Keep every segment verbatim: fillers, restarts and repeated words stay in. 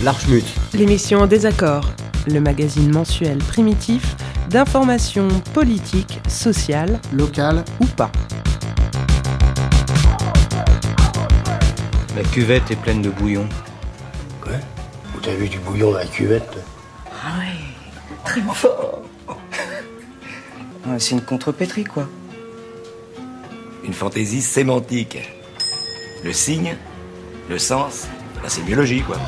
L'Archmut. L'émission en désaccord, le magazine mensuel primitif d'information politique, sociale, locale ou pas. La cuvette est pleine de bouillon. Quoi ? Où t'as vu du bouillon dans la cuvette ? Ah ouais, très fort. Ouais, c'est une contrepétrie, quoi. Une fantaisie sémantique. Le signe, le sens, la sémiologie, quoi.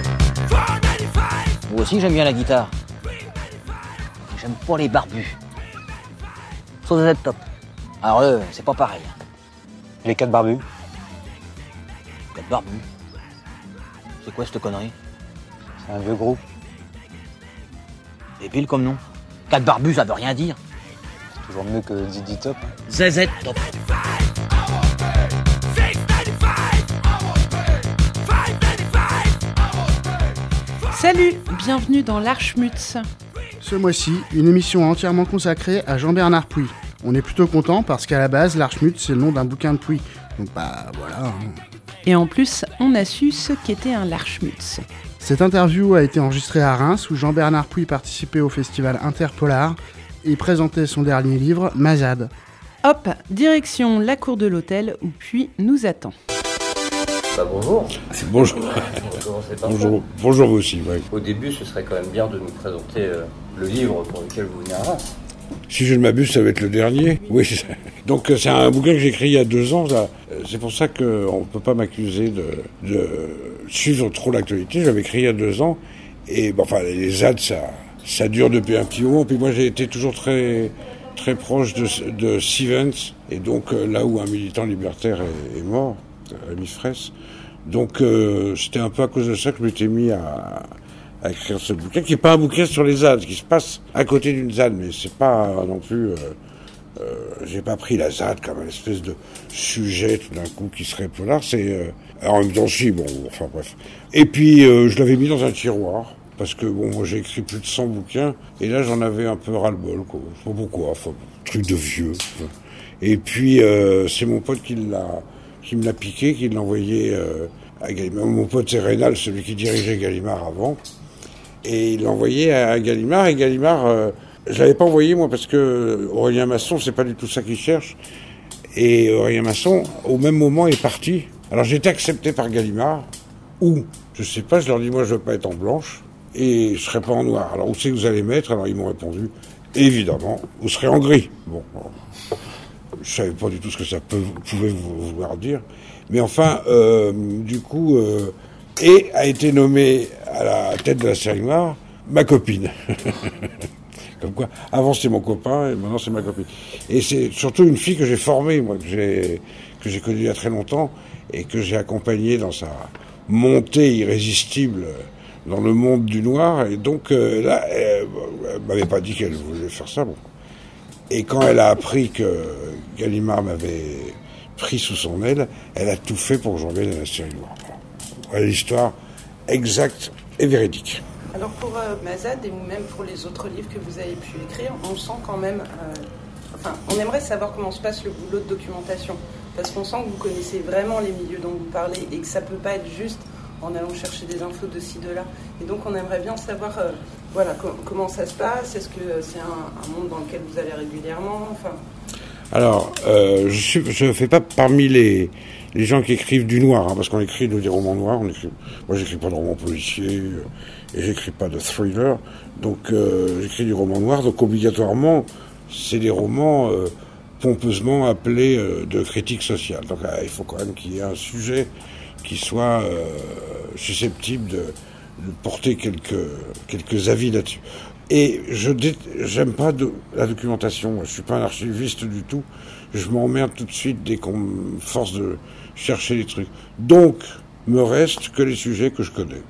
Moi aussi, j'aime bien la guitare. J'aime pas les barbus. Sauf Z Top. Alors eux, c'est pas pareil. Les quatre barbus. Quatre barbus. C'est quoi cette connerie ? C'est un vieux groupe. Débile comme nom. Quatre barbus, ça veut rien dire. C'est toujours mieux que Z Z Top. Z Z Top. Salut, bienvenue dans l'Archmut. Ce mois-ci, une émission entièrement consacrée à Jean-Bernard Puy. On est plutôt content parce qu'à la base, l'Archmut, c'est le nom d'un bouquin de Puy. Donc bah voilà. Hein. Et en plus, on a su ce qu'était un l'Archmut. Cette interview a été enregistrée à Reims où Jean-Bernard Puy participait au festival Interpolar et présentait son dernier livre, Mazade. Hop, direction la cour de l'hôtel où Puy nous attend. Bah bonjour. Bonjour. Bonjour, bonjour, bonjour vous aussi. Ouais. Au début, ce serait quand même bien de nous présenter euh, le livre pour lequel vous venez à Reims. Si je ne m'abuse, ça va être le dernier. Oui. Donc c'est un bouquin que j'ai écrit il y a deux ans. Là. C'est pour ça qu'on ne peut pas m'accuser de, de suivre trop l'actualité. J'avais écrit il y a deux ans. Et bon, enfin, les Z A D, ça, ça dure depuis un petit moment. Puis moi, j'ai été toujours très, très proche de, de Stevens. Et donc là où un militant libertaire est, est mort, Rémi Fraisse. Donc euh, c'était un peu à cause de ça que je m'étais mis à, à écrire ce bouquin, qui n'est pas un bouquin sur les Z A D, qui se passe à côté d'une Z A D, mais c'est pas non plus... Euh, euh, j'ai pas pris la Z A D comme une espèce de sujet tout d'un coup qui serait polar, c'est... Euh, en même temps, si, bon, enfin bref. Et puis euh, je l'avais mis dans un tiroir, parce que bon, moi j'ai écrit plus de cent bouquins, et là j'en avais un peu ras-le-bol, quoi. Je sais pas pourquoi, enfin, truc de vieux. Et puis euh, c'est mon pote qui l'a... qui me l'a piqué, qui l'a envoyé euh, à Gallimard. Mon pote c'est Rénal, celui qui dirigeait Gallimard avant. Et il l'a envoyé à Gallimard, et Gallimard, euh, je l'avais pas envoyé moi parce que Aurélien Masson, c'est pas du tout ça qu'il cherche. Et Aurélien Masson, au même moment, est parti. Alors j'ai été accepté par Gallimard, ou, je sais pas, je leur dis moi je veux pas être en blanche, et je serai pas en noir. Alors où c'est que vous allez mettre ? Alors ils m'ont répondu, évidemment, vous serez en gris. Bon, bon. Je savais pas du tout ce que ça peut, pouvait vouloir dire. Mais enfin, euh, du coup, euh, et a été nommée à la tête de la série noire ma copine. Comme quoi, avant c'était mon copain et maintenant c'est ma copine. Et c'est surtout une fille que j'ai formée, moi, que j'ai, que j'ai connue il y a très longtemps et que j'ai accompagnée dans sa montée irrésistible dans le monde du noir. Et donc euh, là, elle, elle m'avait pas dit qu'elle voulait faire ça. Bon. Et quand elle a appris que Gallimard m'avait pris sous son aile, elle a tout fait pour que j'en vienne à la série noire. Voilà l'histoire exacte et véridique. Alors pour euh, Mazade et même pour les autres livres que vous avez pu écrire, on sent quand même... Euh, enfin, on aimerait savoir comment se passe le boulot de documentation. Parce qu'on sent que vous connaissez vraiment les milieux dont vous parlez et que ça peut pas être juste en allant chercher des infos de ci, de là. Et donc on aimerait bien savoir... Euh, Voilà, com- comment ça se passe ? Est-ce que c'est un, un monde dans lequel vous allez régulièrement ? Enfin... Alors, euh, je ne fais pas parmi les, les gens qui écrivent du noir, hein, parce qu'on écrit des romans noirs. On écrit, moi, j'écris pas de romans policiers euh, et j'écris pas de thriller. Donc, euh, j'écris du roman noir. Donc, obligatoirement, c'est des romans euh, pompeusement appelés euh, de critique sociale. Donc, euh, il faut quand même qu'il y ait un sujet qui soit euh, susceptible de... de porter quelques, quelques avis là-dessus. Et je dé... j'aime pas de... la documentation. Moi, je suis pas un archiviste du tout. Je m'emmerde tout de suite dès qu'on me force de chercher les trucs. Donc, me reste que les sujets que je connais.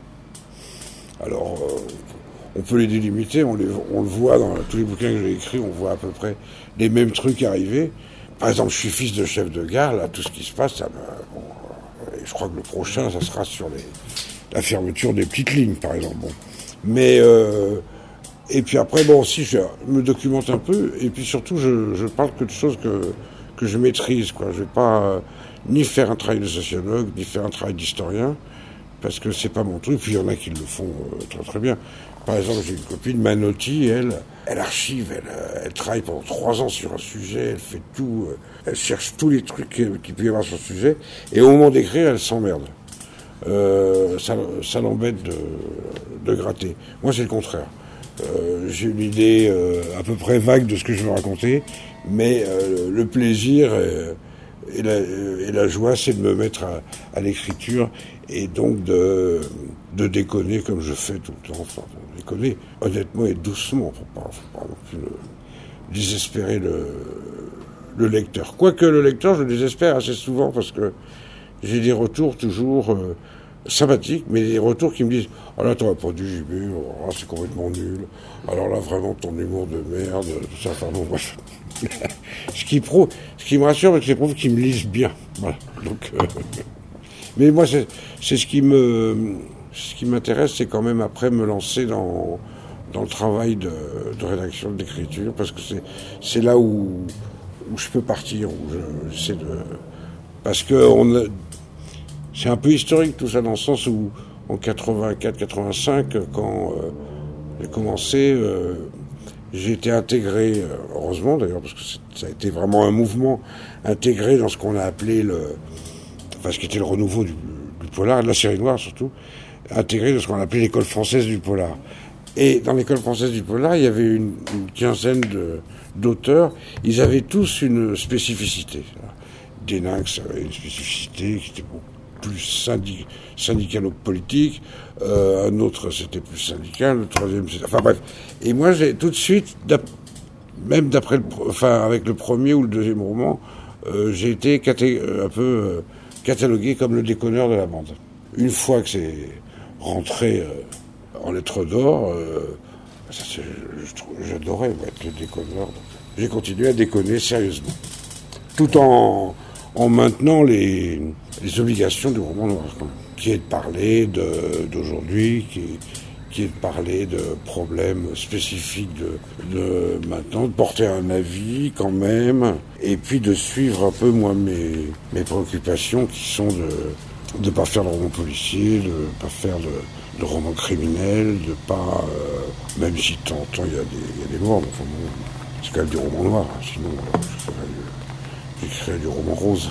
Alors, euh, on peut les délimiter. On, les... on le voit dans tous les bouquins que j'ai écrits. On voit à peu près les mêmes trucs arriver. Par exemple, je suis fils de chef de gare. Là, tout ce qui se passe, ça me... bon, je crois que le prochain, ça sera sur les... la fermeture des petites lignes, par exemple. Bon. Mais, euh, et puis après, bon, aussi, je me documente un peu, et puis surtout, je, je parle que de choses que, que je maîtrise, quoi. Je vais pas euh, ni faire un travail de sociologue, ni faire un travail d'historien. parce que c'est pas mon truc, puis il y en a qui le font euh, très très bien. Par exemple, j'ai une copine, Manotti, elle, elle archive, elle, elle travaille pendant trois ans sur un sujet, elle fait tout, euh, elle cherche tous les trucs qu'il qui peut y avoir sur le sujet, et au moment d'écrire, elle s'emmerde. Euh, ça, ça l'embête de, de gratter. Moi, c'est le contraire. Euh, j'ai une idée euh, à peu près vague de ce que je veux raconter, mais euh, le plaisir et, et, la, et la joie, c'est de me mettre à, à l'écriture et donc de, de déconner comme je fais tout le temps. Enfin, déconner honnêtement et doucement, faut pas, faut pas non plus le, désespérer le, le lecteur. Quoique le lecteur, je le désespère assez souvent parce que j'ai des retours toujours euh, sympathiques, mais des retours qui me disent « Ah là, t'aurais pas dû, J B, oh, c'est complètement nul. Alors là, vraiment, ton humour de merde, tout ça. » Enfin bon, bref. ce, qui prouve, ce qui me rassure, c'est que c'est prouve qu'ils me lisent bien. Voilà. Donc, euh, mais moi, c'est, c'est ce qui me, ce qui m'intéresse, c'est quand même après me lancer dans, dans le travail de, de rédaction, d'écriture, parce que c'est, c'est là où, où je peux partir, où je, j'essaie de... Parce que on a, c'est un peu historique tout ça, dans le sens où en quatre-vingt-quatre quatre-vingt-cinq, quand euh, j'ai commencé, euh, j'ai été intégré, euh, heureusement d'ailleurs, parce que ça a été vraiment un mouvement, intégré dans ce qu'on a appelé le, enfin ce qui était le renouveau du, du polar, de la série noire surtout, intégré dans ce qu'on appelait l'école française du polar. Et dans l'école française du polar, il y avait une, une quinzaine de, d'auteurs, ils avaient tous une spécificité. Déninx avait une spécificité qui était beaucoup plus syndic, syndicalo-politique, euh, un autre c'était plus syndical, le troisième c'était... Enfin bref. Et moi j'ai tout de suite, d'ap... même d'après le... Enfin avec le premier ou le deuxième roman, euh, j'ai été caté... un peu euh, catalogué comme le déconneur de la bande. Une fois que c'est rentré euh, en lettres d'or, euh, ça, c'est... Je... j'adorais ouais, être le déconneur. Donc, j'ai continué à déconner sérieusement. Tout en... en maintenant les, les obligations du roman noir, qui est de parler de, d'aujourd'hui, qui, qui est de parler de problèmes spécifiques de, de maintenant, de porter un avis quand même, et puis de suivre un peu, moi, mes, mes préoccupations qui sont de ne pas faire de roman policier, de ne pas faire de, de roman criminel, de pas, euh, même si de temps en temps il y a des, il y a des morts, enfin bon, c'est quand même du roman noir, hein, sinon euh, je ferais J'écrirais du roman rose.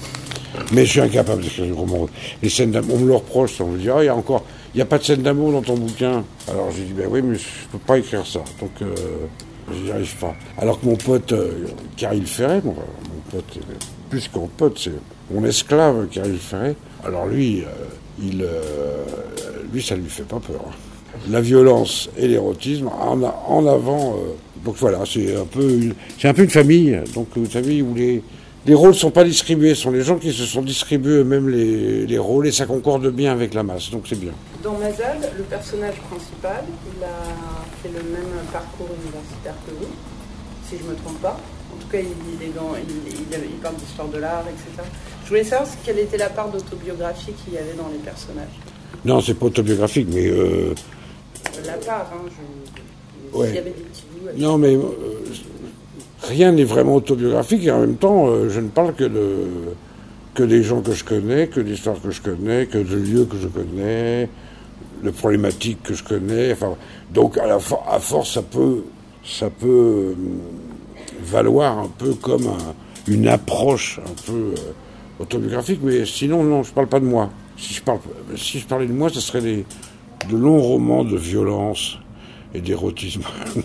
Mais je suis incapable d'écrire du roman rose. Les scènes d'amour, on me le reproche, on me dit, ah, il y a encore, il n'y a pas de scène d'amour dans ton bouquin. Alors j'ai dit, ben oui, mais je ne peux pas écrire ça. Donc, euh, j'y arrive pas. Alors que mon pote, euh, Caril Ferret, mon, mon pote, plus qu'un pote, c'est mon esclave, Caril Ferret. Alors lui, euh, il, euh, lui, ça lui fait pas peur. La violence et l'érotisme en, en avant. Euh, donc voilà, c'est un peu une, c'est un peu une famille. Donc une famille où les, les rôles ne sont pas distribués, ce sont les gens qui se sont distribués eux-mêmes les, les rôles et ça concorde bien avec la masse. Donc c'est bien. Dans Mazad, le personnage principal, il a fait le même parcours universitaire que vous, si je ne me trompe pas. En tout cas, il, est dans, il, il, il parle d'histoire de l'art, et cetera. Je voulais savoir quelle était la part d'autobiographie qu'il y avait dans les personnages. Non, c'est pas autobiographique, mais... Euh, la part, hein, je... ouais. S'il y avait des petits bouts... Non, mais euh, rien n'est vraiment autobiographique, et en même temps, euh, je ne parle que de que des gens que je connais, que d'histoires que je connais, que de lieux que je connais, de problématiques que je connais. Enfin, donc, à, la for- à force, ça peut, ça peut euh, valoir un peu comme un, une approche un peu euh, autobiographique, mais sinon, non, je parle pas de moi. Si je, parle, si je parlais de moi, ce serait des, de longs romans de violence et d'érotisme.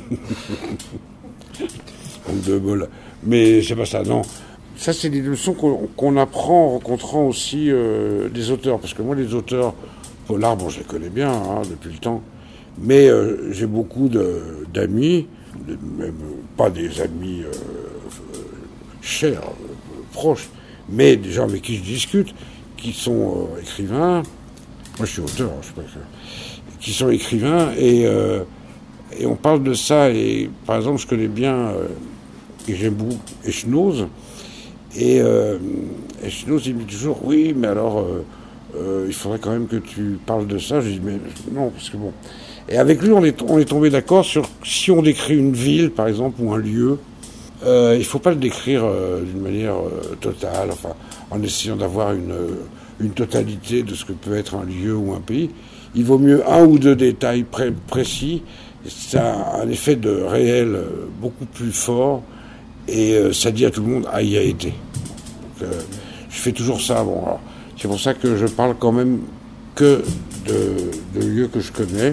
de bol. Mais c'est pas ça, non. Ça, c'est des leçons qu'on, qu'on apprend en rencontrant aussi euh, des auteurs. Parce que moi, les auteurs polars, bon, je les connais bien hein, depuis le temps. Mais euh, j'ai beaucoup de, d'amis, de, même pas des amis euh, euh, chers, euh, proches, mais des gens avec qui je discute, qui sont euh, écrivains. Moi, je suis auteur, je sais pas, qui sont écrivains, et, euh, et on parle de ça, et par exemple, je connais bien, euh, et j'aime beaucoup Echnoz, et euh, Echnoz, il me dit toujours, oui, mais alors, euh, euh, il faudrait quand même que tu parles de ça. Je dis, mais non, parce que bon... Et avec lui, on est, on est tombé d'accord sur, si on décrit une ville, par exemple, ou un lieu, euh, il faut pas le décrire euh, d'une manière euh, totale, enfin, en essayant d'avoir une... Euh, une totalité de ce que peut être un lieu ou un pays. Il vaut mieux un ou deux détails pré- précis. Ça a un effet de réel beaucoup plus fort et euh, ça dit à tout le monde « Ah, il y a été ». Donc, euh, je fais toujours ça. Bon, alors, c'est pour ça que je parle quand même que de, de lieux que je connais,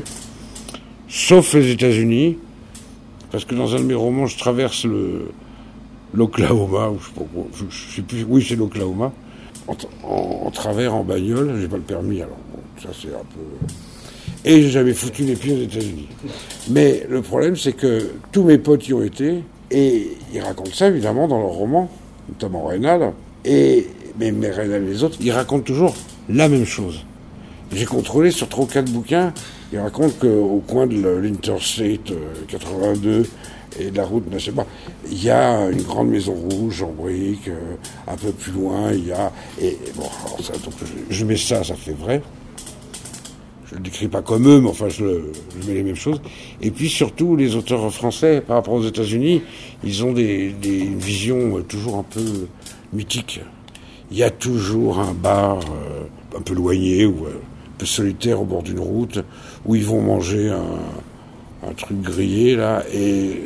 sauf les États-Unis, parce que dans un de mes romans, je traverse le, l'Oklahoma, ou je sais pas, je, je sais plus, oui, c'est l'Oklahoma, en, en, en travers, en bagnole, j'ai pas le permis, alors bon, ça c'est un peu... Et j'avais foutu les pieds aux États-Unis. Mais le problème, c'est que tous mes potes y ont été, et ils racontent ça, évidemment, dans leurs romans, notamment Reynal, et, mais, mais Reynal et les autres, ils racontent toujours la même chose. J'ai contrôlé sur trois ou quatre bouquins, ils racontent qu'au coin de l'Interstate quatre-vingt-deux et de la route nationale, il y a une grande maison rouge en briques, euh, un peu plus loin, il y a... Et bon, alors ça, donc je, je mets ça, ça fait vrai. Je le décris pas comme eux, mais enfin, je, je mets les mêmes choses. Et puis surtout, les auteurs français, par rapport aux États-Unis, ils ont des, des, une vision toujours un peu mythique. Il y a toujours un bar euh, un peu éloigné ou euh, un peu solitaire au bord d'une route où ils vont manger un, un truc grillé, là, et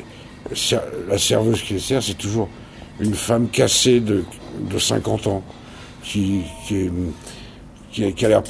la serveuse qui les sert, c'est toujours une femme cassée de, de cinquante ans qui, qui, est, qui, qui a l'air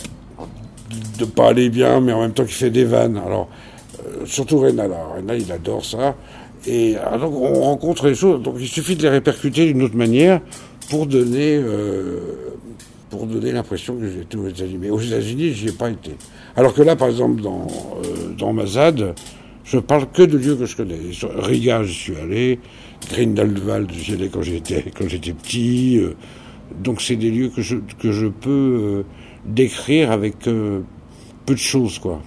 de pas aller bien, mais en même temps qui fait des vannes. Alors, euh, surtout Reynal. Reynal, il adore ça. Et alors, donc, on rencontre les choses. Donc, il suffit de les répercuter d'une autre manière pour donner, euh, pour donner l'impression que j'étais aux États-Unis. Mais aux États-Unis, j'y ai pas été. Alors que là, par exemple, dans, euh, dans Mazad, je parle que de lieux que je connais. Riga, j'y suis allé. Grindelwald, j'y allais quand j'étais, quand j'étais petit. Euh, donc, c'est des lieux que je, que je peux, euh, décrire avec euh, peu de choses, quoi.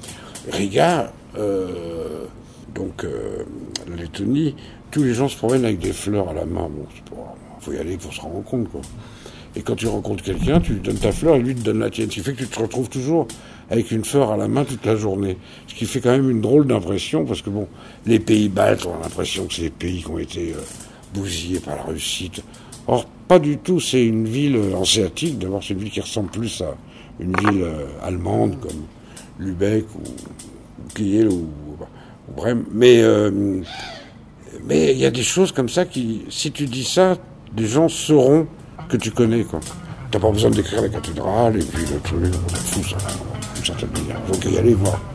Riga, euh, donc euh, la Lettonie, tous les gens se promènent avec des fleurs à la main. Bon, c'est pas, faut y aller pour se rendre compte, quoi. Et quand tu rencontres quelqu'un, tu lui donnes ta fleur et lui te donne la tienne. Ce qui fait que tu te retrouves toujours avec une fleur à la main toute la journée. Ce qui fait quand même une drôle d'impression, parce que bon, les pays baltes, on a l'impression que c'est des pays qui ont été euh, bousillés par la Russie. Or, pas du tout, c'est une ville hanséatique. D'abord, c'est une ville qui ressemble plus à une ville euh, allemande, comme Lübeck ou, ou Kiel ou, ou Brême. Mais euh, mais il y a des choses comme ça qui, si tu dis ça, des gens sauront que tu connais, quoi. T'as pas besoin d'écrire la cathédrale et puis le truc, on s'en fout, ça, d'une certaine manière. Donc, y aller voir.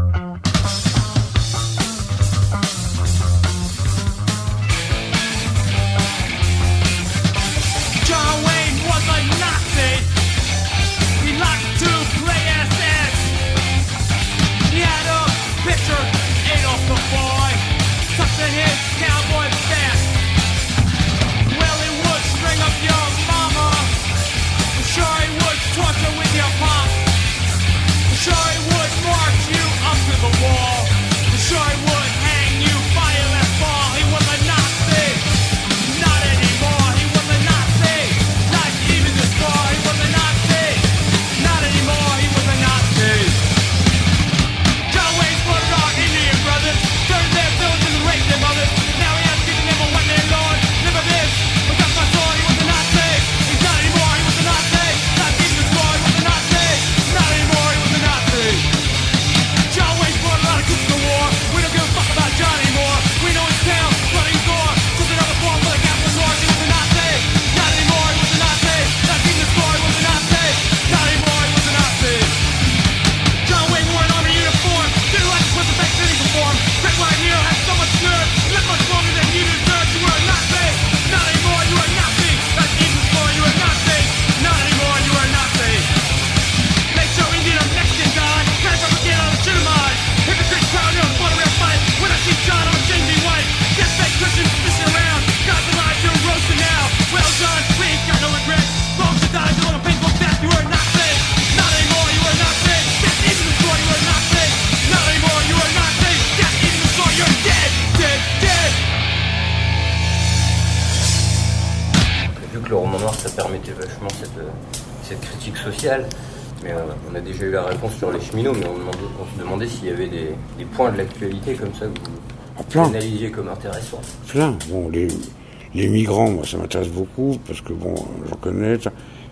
Le roman noir, ça permettait vachement cette, cette critique sociale, mais euh, on a déjà eu la réponse sur les cheminots, mais on, demandait, on se demandait s'il y avait des, des points de l'actualité comme ça que vous ah, analysiez comme intéressants. Plein. Bon, les, les migrants, moi, ça m'intéresse beaucoup, parce que bon, j'en connais,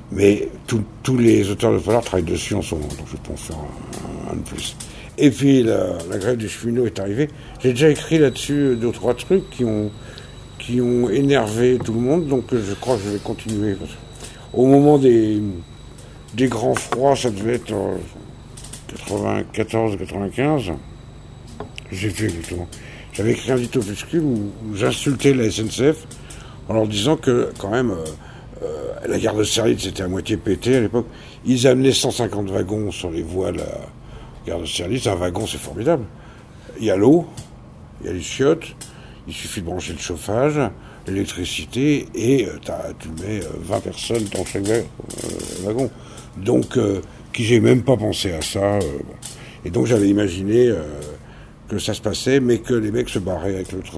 Mais tous les auteurs de polar travaillent dessus en ce moment, donc je peux en faire un, un de plus. Et puis la, la grève des cheminots est arrivée. J'ai déjà écrit là-dessus deux ou trois trucs qui ont, qui ont énervé tout le monde, donc je crois que je vais continuer. Parce au moment des, des grands froids, ça devait être en quatre-vingt-quatorze quatre-vingt-quinze, j'ai fait exactement. J'avais écrit un petit opuscule où, où j'insultais la S N C F en leur disant que quand même euh, euh, la gare d'Austerlitz c'était à moitié pété à l'époque. Ils amenaient cent cinquante wagons sur les voies de la gare d'Austerlitz. Un wagon, c'est formidable. Il y a l'eau, il y a les chiottes, il suffit de brancher le chauffage, l'électricité, et euh, tu mets euh, vingt personnes dans chaque euh, wagon. Donc, euh, qui j'ai même pas pensé à ça. Euh, bon. Et donc, j'avais imaginé euh, que ça se passait, mais que les mecs se barraient avec le train.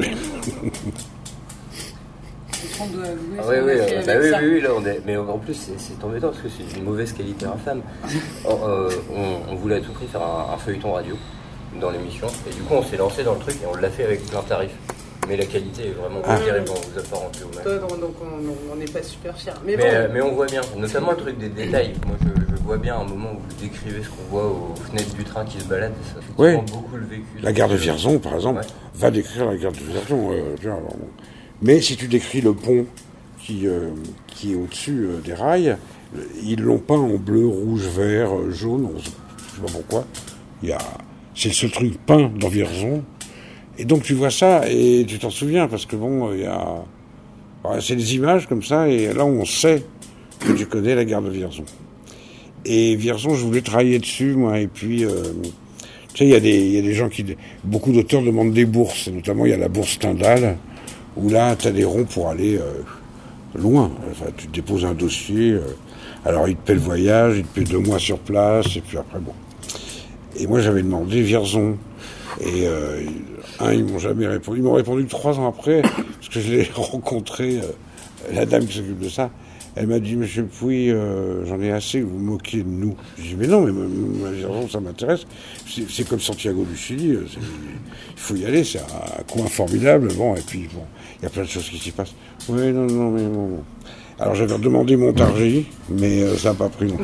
Ah oui, oui, euh, bah oui, oui, oui, là, on est... mais en plus c'est, c'est embêtant parce que c'est d'une mauvaise qualité infâme. On, euh, on, on voulait à tout prix faire un, un feuilleton radio dans l'émission, et du coup on s'est lancé dans le truc et on l'a fait avec plein tarif. Mais la qualité est vraiment pas terrible, on vous a pas rendu hommage. Donc on n'est pas super fiers. Mais, mais, bon. euh, mais on voit bien, notamment le truc des détails. Moi je, je vois bien un moment où vous décrivez ce qu'on voit aux fenêtres du train qui se balade, et ça fait oui. beaucoup le vécu. La gare de Vierzon, par exemple, ouais. va décrire la gare de Vierzon. Euh, tu vois, alors, bon. Mais si tu décris le pont qui, euh, qui est au-dessus euh, des rails, ils l'ont peint en bleu, rouge, vert, euh, jaune, on, je sais pas pourquoi. Il y a, c'est le seul truc peint dans Vierzon. Et donc tu vois ça et tu t'en souviens parce que bon, il y a, ouais, c'est des images comme ça et là on sait que tu connais la gare de Vierzon. Et Vierzon, je voulais travailler dessus moi et puis euh, tu sais il y a des il y a des gens qui, beaucoup d'auteurs demandent des bourses, et notamment il y a la bourse Stendhal où là tu as des ronds pour aller euh, loin. Enfin, tu déposes un dossier, euh, alors ils te paient le voyage, ils te paient deux mois sur place et puis après bon. Et moi j'avais demandé Vierzon. Et euh, un, ils m'ont jamais répondu. Ils m'ont répondu trois ans après, parce que je l'ai rencontré, euh, la dame qui s'occupe de ça. Elle m'a dit, Monsieur Pouy, euh, j'en ai assez, vous vous moquez de nous. Je dis, mais non, mais ma Vierzon, ça m'intéresse. C'est, c'est comme Santiago du Chili. Il faut y aller, c'est un coin formidable. Bon, et puis, bon, il y a plein de choses qui s'y passent. Oui, non, non, mais bon. bon. Alors, j'avais demandé Montargis, mais euh, ça n'a pas pris non.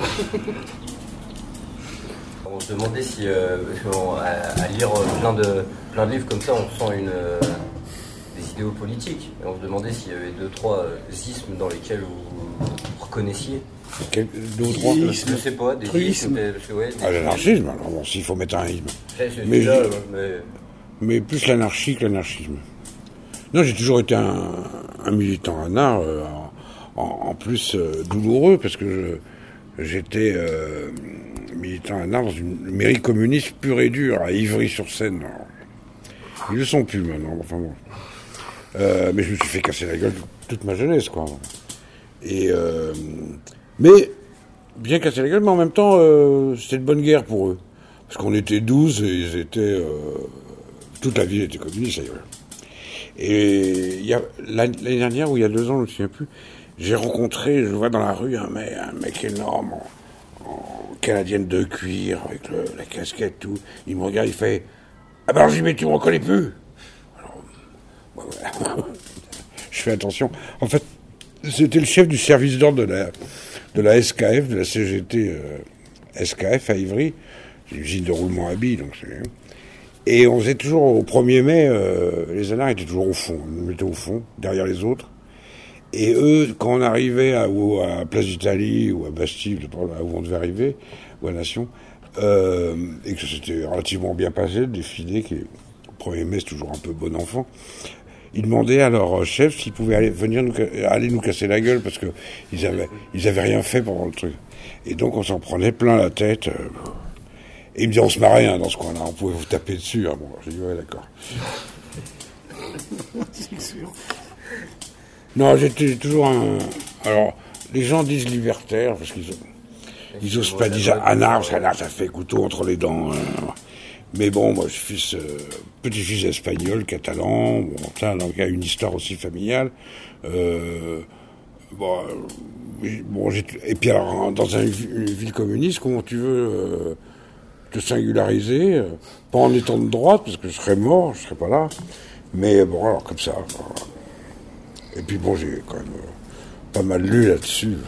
On se demandait si, euh, à, à lire plein de, plein de livres comme ça, on sent une, euh, des idéaux politiques. Et on se demandait s'il y avait deux, trois euh, ismes dans lesquels vous, vous reconnaissiez. Quel, deux ou trois Je ne sais pas, des ismes. Ouais, des ah, l'anarchisme, alors bon, s'il faut mettre un isme. C'est, c'est mais, là, mais... mais plus l'anarchie que l'anarchisme. Non, j'ai toujours été un, un militant anard, euh, en, en plus euh, douloureux, parce que je, j'étais... Euh, militant anard dans une mairie communiste pure et dure à Ivry-sur-Seine. Alors, ils le sont plus maintenant, enfin bon. Euh, mais je me suis fait casser la gueule toute ma jeunesse, quoi. Et euh, mais bien casser la gueule, mais en même temps, euh, c'était de bonne guerre pour eux, parce qu'on était douze et ils étaient euh, toute la ville était communiste d'ailleurs. Et il y a l'année dernière ou il y a deux ans, je ne me souviens plus, j'ai rencontré, je vois dans la rue un mec, un mec énorme. En, en canadienne de cuir, avec le, la casquette, tout. Il me regarde, il fait « Ah ben, j'y mets, tu me reconnais plus ?» Alors, ouais, ouais. Je fais attention. En fait, c'était le chef du service d'ordre de la, de la S K F, de la C G T euh, S K F à Ivry. C'est une usine de roulement à billes, donc c'est... Et on faisait toujours, au premier mai, euh, les anards étaient toujours au fond. Ils nous mettaient au fond, derrière les autres. Et eux, quand on arrivait à, ou à Place d'Italie ou à Bastille, je sais pas où on devait arriver, ou à Nation, euh, et que c'était relativement bien passé, le défilé, qui est, au premier mai, c'est toujours un peu bon enfant, ils demandaient à leur chef s'ils pouvaient aller, venir nous, aller nous casser la gueule, parce que ils avaient, ils avaient rien fait pendant le truc. Et donc on s'en prenait plein la tête. Euh, et ils me disaient, on se marrait hein, dans ce coin-là, on pouvait vous taper dessus. Hein. Bon, j'ai dit, ouais, d'accord. C'est sûr. Non, j'étais toujours un... Alors, les gens disent libertaire, parce qu'ils ils osent pas dire anard, parce qu'anard, ça fait couteau entre les dents. Hein. Mais bon, moi, je suis fils, euh, petit-fils espagnol, catalan, bon, ça, donc il y a une histoire aussi familiale. Euh, bon, euh, bon j'ai, et puis alors, dans une, une ville communiste, comment tu veux euh, te singulariser, euh, pas en étant de droite, parce que je serais mort, je serais pas là, mais bon, alors comme ça... Voilà. Et puis bon, j'ai quand même euh, pas mal lu là-dessus.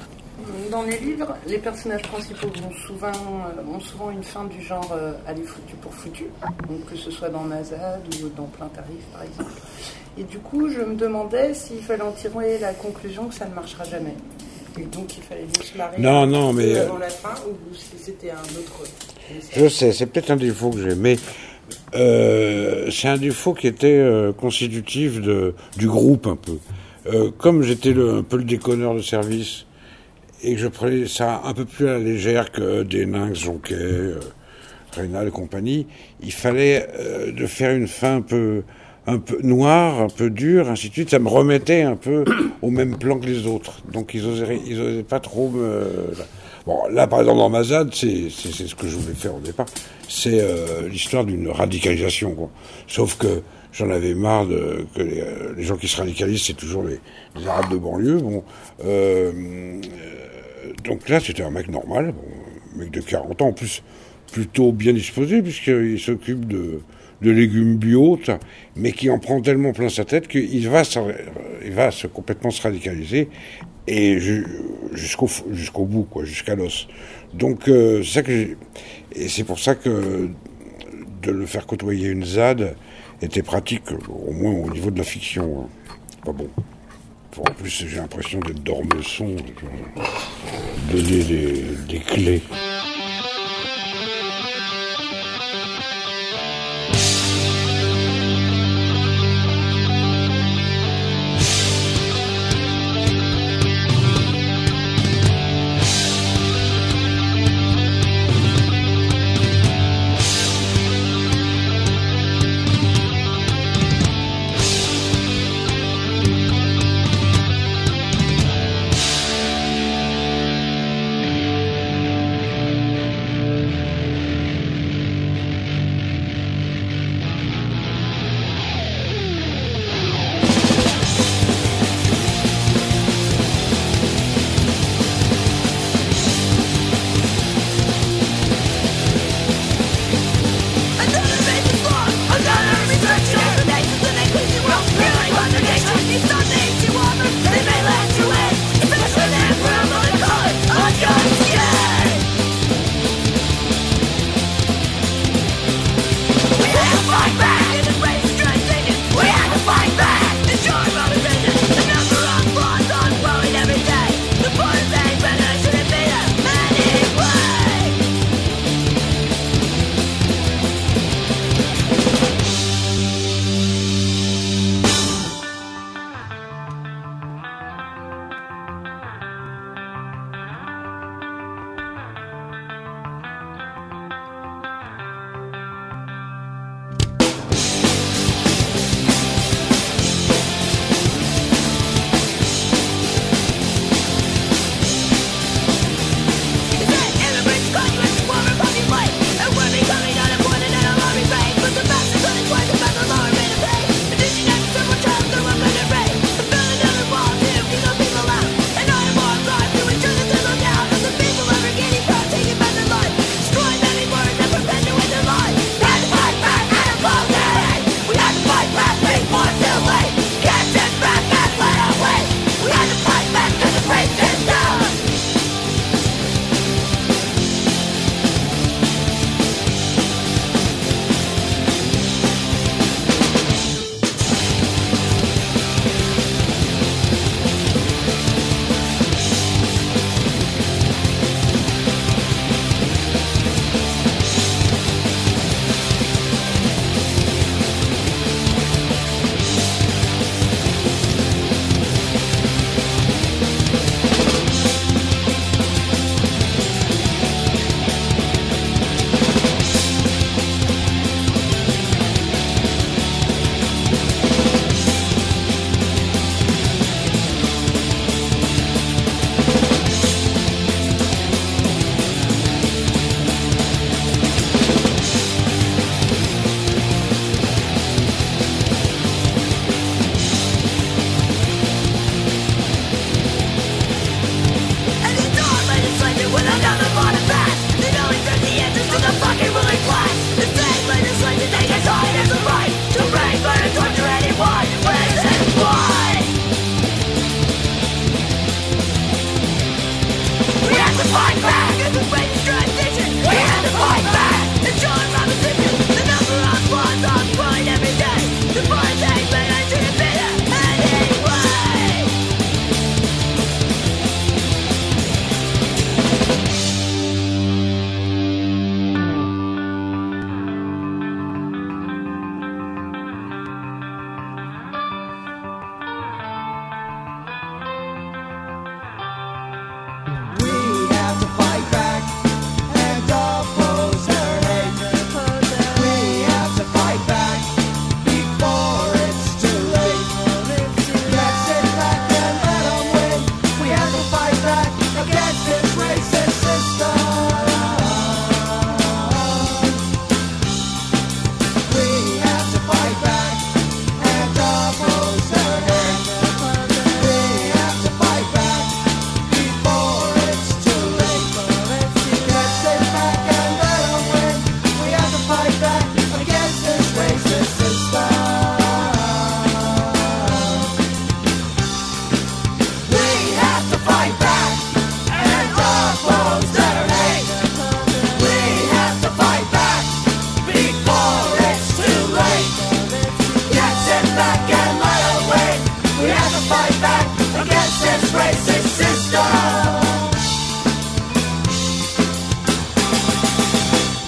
Dans les livres, les personnages principaux vont souvent, euh, ont souvent une fin du genre euh, aller foutu pour foutu, donc que ce soit dans Mazad ou dans Plein Tarif par exemple. Et du coup, je me demandais s'il fallait en tirer la conclusion que ça ne marchera jamais. Et donc il fallait mieux se marrer non, non, mais avant la fin, ou si c'était un autre message. Je sais, c'est peut-être un défaut que j'ai, mais euh, c'est un défaut qui était euh, constitutif de, du groupe un peu. Euh, comme j'étais le, un peu le déconneur de service, et que je prenais ça un peu plus à la légère que Deninx, Jonquet, euh, Reynal et compagnie, il fallait euh, de faire une fin un peu, un peu noire, un peu dure, ainsi de suite. Ça me remettait un peu au même plan que les autres. Donc ils osaient, ils osaient pas trop me... Bon, là, par exemple, dans Mazad, c'est, c'est, c'est ce que je voulais faire au départ. C'est euh, l'histoire d'une radicalisation, quoi. Sauf que j'en avais marre de, que les, euh, les gens qui se radicalisent, c'est toujours les, les Arabes de banlieue. Bon, euh, euh, donc là, c'était un mec normal, bon, un mec de quarante ans, en plus plutôt bien disposé, puisqu'il s'occupe de, de légumes bio, ça, mais qui en prend tellement plein sa tête qu'il va, il va se complètement se radicaliser, et jusqu'au, jusqu'au bout, quoi, jusqu'à l'os. Donc, euh, c'est ça que j'ai, et c'est pour ça que de le faire côtoyer une Z A D était pratique, au moins au niveau de la fiction. Hein. Pas bon. En plus, j'ai l'impression d'être d'Ormesson, donner des, des clés.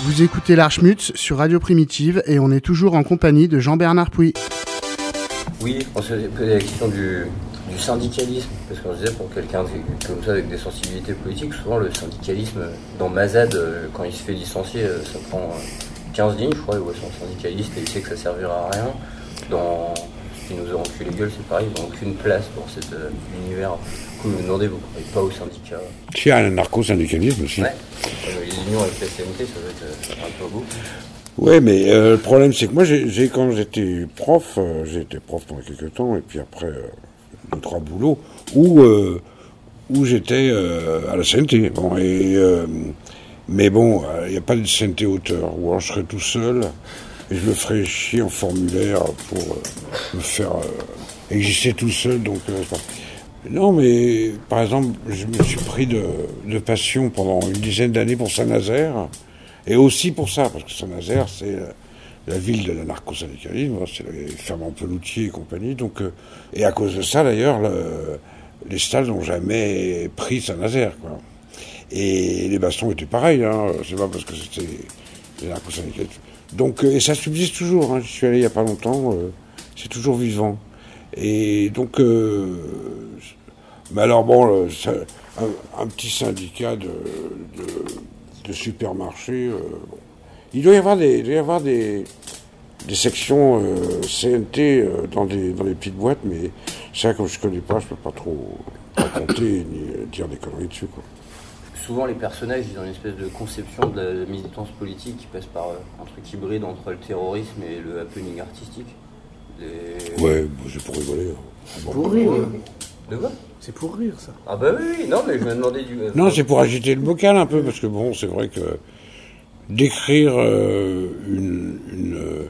Vous écoutez l'Archmutz sur Radio Primitive et on est toujours en compagnie de Jean-Bernard Pouy. Oui, on s'est posé la question du, du syndicalisme, parce qu'on se disait pour quelqu'un comme ça avec des sensibilités politiques, souvent le syndicalisme dans Mazad, quand il se fait licencier, ça prend quinze lignes, je crois, il voit son syndicaliste et il sait que ça servira à rien. Dans ce qui nous a enculé les gueules, c'est pareil, ils n'ont aucune place dans cet euh, univers. Du coup, vous me demandez, vous ne croyez pas au syndicat? Il y a un anarcho-syndicalisme aussi. Ouais, les unions avec la C N T, ça doit être euh, un peu beau. Oui, mais euh, le problème, c'est que moi, j'ai, j'ai quand j'étais prof, euh, j'ai été prof pendant quelques temps, et puis après, euh, deux, trois boulots, où, euh, où j'étais euh, à la C N T. Bon, et, euh, mais bon, il n'y a pas de C N T auteur, ou alors je serais tout seul, et je me ferais chier en formulaire pour euh, me faire euh, exister tout seul, donc... Euh, non, mais par exemple, je me suis pris de, de passion pendant une dizaine d'années pour Saint-Nazaire, et aussi pour ça, parce que Saint-Nazaire, c'est la ville de l'anarcho-syndicalisme, c'est les Fernand Peloutier et compagnie, donc, euh, et à cause de ça, d'ailleurs, le, les Stalles n'ont jamais pris Saint-Nazaire, quoi. Et les bastons étaient pareils, hein, c'est pas parce que c'était les anarcho-syndicalistes. Donc, euh, et ça subsiste toujours, hein, j'y suis allé il y a pas longtemps, euh, c'est toujours vivant. Et donc, euh, mais alors bon, ça, un, un petit syndicat de, de, de supermarchés, euh, bon. il doit y avoir des, il doit y avoir des, des sections euh, C N T euh, dans des dans les petites boîtes, mais ça, comme je connais pas, je peux pas trop raconter ni dire des conneries dessus, quoi. Souvent, les personnages, ils ont une espèce de conception de la militance politique qui passe par euh, un truc hybride entre le terrorisme et le happening artistique. Les... Ouais, c'est pour rigoler. C'est bon, pour rire. De quoi? C'est pour rire, ça. Ah bah oui, oui, non, mais je me demandais du... Non, c'est pour agiter le bocal un peu, parce que bon, c'est vrai que d'écrire euh, une... une euh,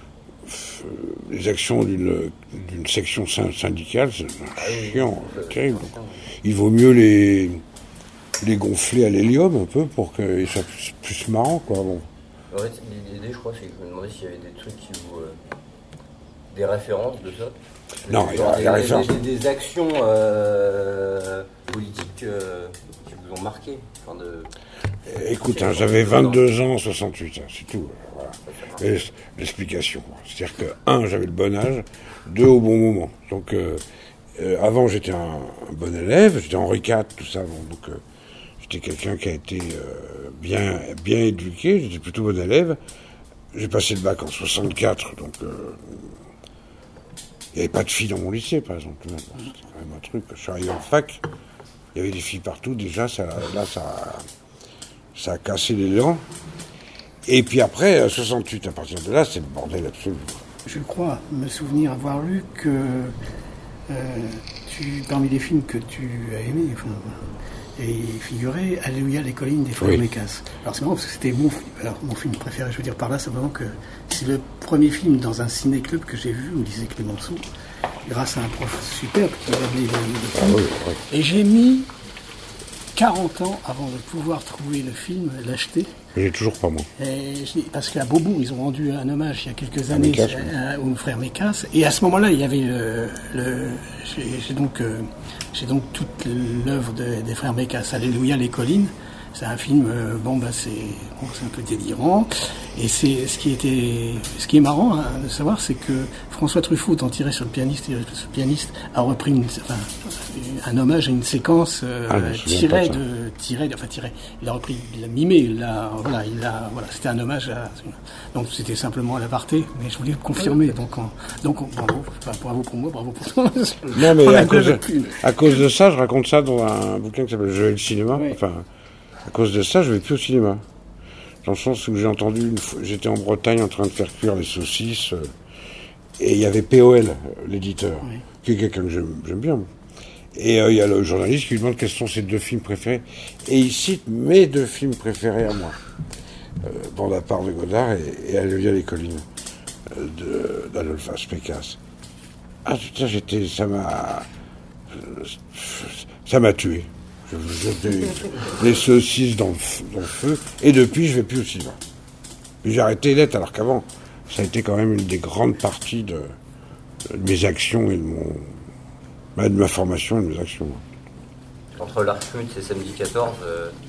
les actions d'une, d'une section syndicale, c'est ah oui, chiant, c'est terrible. Il vaut mieux les, les gonfler à l'hélium un peu pour qu'ils soient plus, plus marrants, quoi. Bon. En fait, l'idée, je crois, c'est que je me demandais s'il y avait des trucs qui vous... Euh... des références de ça? Non, il y a des, des références. Des, des actions euh, politiques euh, qui vous ont marqué. Enfin de... Écoute, hein, j'avais vingt-deux ans en soixante-huit, hein, c'est tout. Voilà. Et l'explication. C'est-à-dire que, un, j'avais le bon âge, deux, au bon moment. Donc, euh, euh, avant, j'étais un, un bon élève, j'étais Henri quatre, tout ça. Bon, donc, euh, j'étais quelqu'un qui a été euh, bien, bien éduqué, j'étais plutôt bon élève. J'ai passé le bac en soixante-quatre, donc... Euh, il n'y avait pas de filles dans mon lycée, par exemple. C'était quand même un truc. Je suis arrivé en fac, il y avait des filles partout. Déjà, ça, là, ça, ça a cassé l'élan. Et puis après, soixante-huit, à partir de là, c'est le bordel absolu. Je crois me souvenir avoir lu que euh, tu, parmi les films que tu as aimés, enfin, et figurait Alléluia les collines des frères Mécasse. Alors c'est marrant parce que c'était mon, alors, mon film préféré. Je veux dire par là simplement que c'est le premier film dans un ciné-club que j'ai vu où lisait Clémenceau, grâce à un prof superbe qui m'a amené le film. Ah oui, oui. Et j'ai mis quarante ans avant de pouvoir trouver le film, l'acheter. J'ai toujours pas moi. Et, parce qu'à Beaubourg, ils ont rendu un hommage il y a quelques années Mécasse, à, à, aux frères Mécasse. Et à ce moment-là, il y avait le... le j'ai, j'ai, donc, euh, j'ai donc toute l'œuvre de, des frères Mécasse, Alléluia les collines. C'est un film, euh, bon, bah, c'est, bon, c'est un peu délirant. Et c'est ce qui était, ce qui est marrant hein, de savoir, c'est que François Truffaut, en tiré sur le pianiste, et le pianiste a repris une, enfin, un hommage à une séquence euh, ah, tirée de, tirée, enfin tirée. Il a repris, il a mimé, il a, voilà, il a, voilà, c'était un hommage à. Donc c'était simplement à l'aparté, mais je voulais le confirmer. Donc, on, donc on, bravo, enfin, bravo pour moi, bravo pour toi. Non, mais à cause, de, à cause de ça, je raconte ça dans un bouquin qui s'appelle Je vais le cinéma. Oui. Enfin. À cause de ça, je vais plus au cinéma. Dans le sens où j'ai entendu, une fois, j'étais en Bretagne en train de faire cuire les saucisses, euh, et il y avait P O L, l'éditeur, oui. qui est quelqu'un que j'aime, j'aime bien. Et il euh, y a le journaliste qui lui demande quels sont ses deux films préférés, et il cite mes deux films préférés à moi. Euh, Bonaparte de Godard et, et Alléluia les collines euh, de, d'Adolphe Pécasse. Ah putain, j'étais, ça m'a, ça m'a tué. Je jetais les saucisses dans le, feu, dans le feu, et depuis, je vais plus au cinéma. J'ai arrêté net, alors qu'avant, ça a été quand même une des grandes parties de, de mes actions et de, mon, de ma formation et de mes actions. Entre l'Archmutz et Samedi quatorze, euh,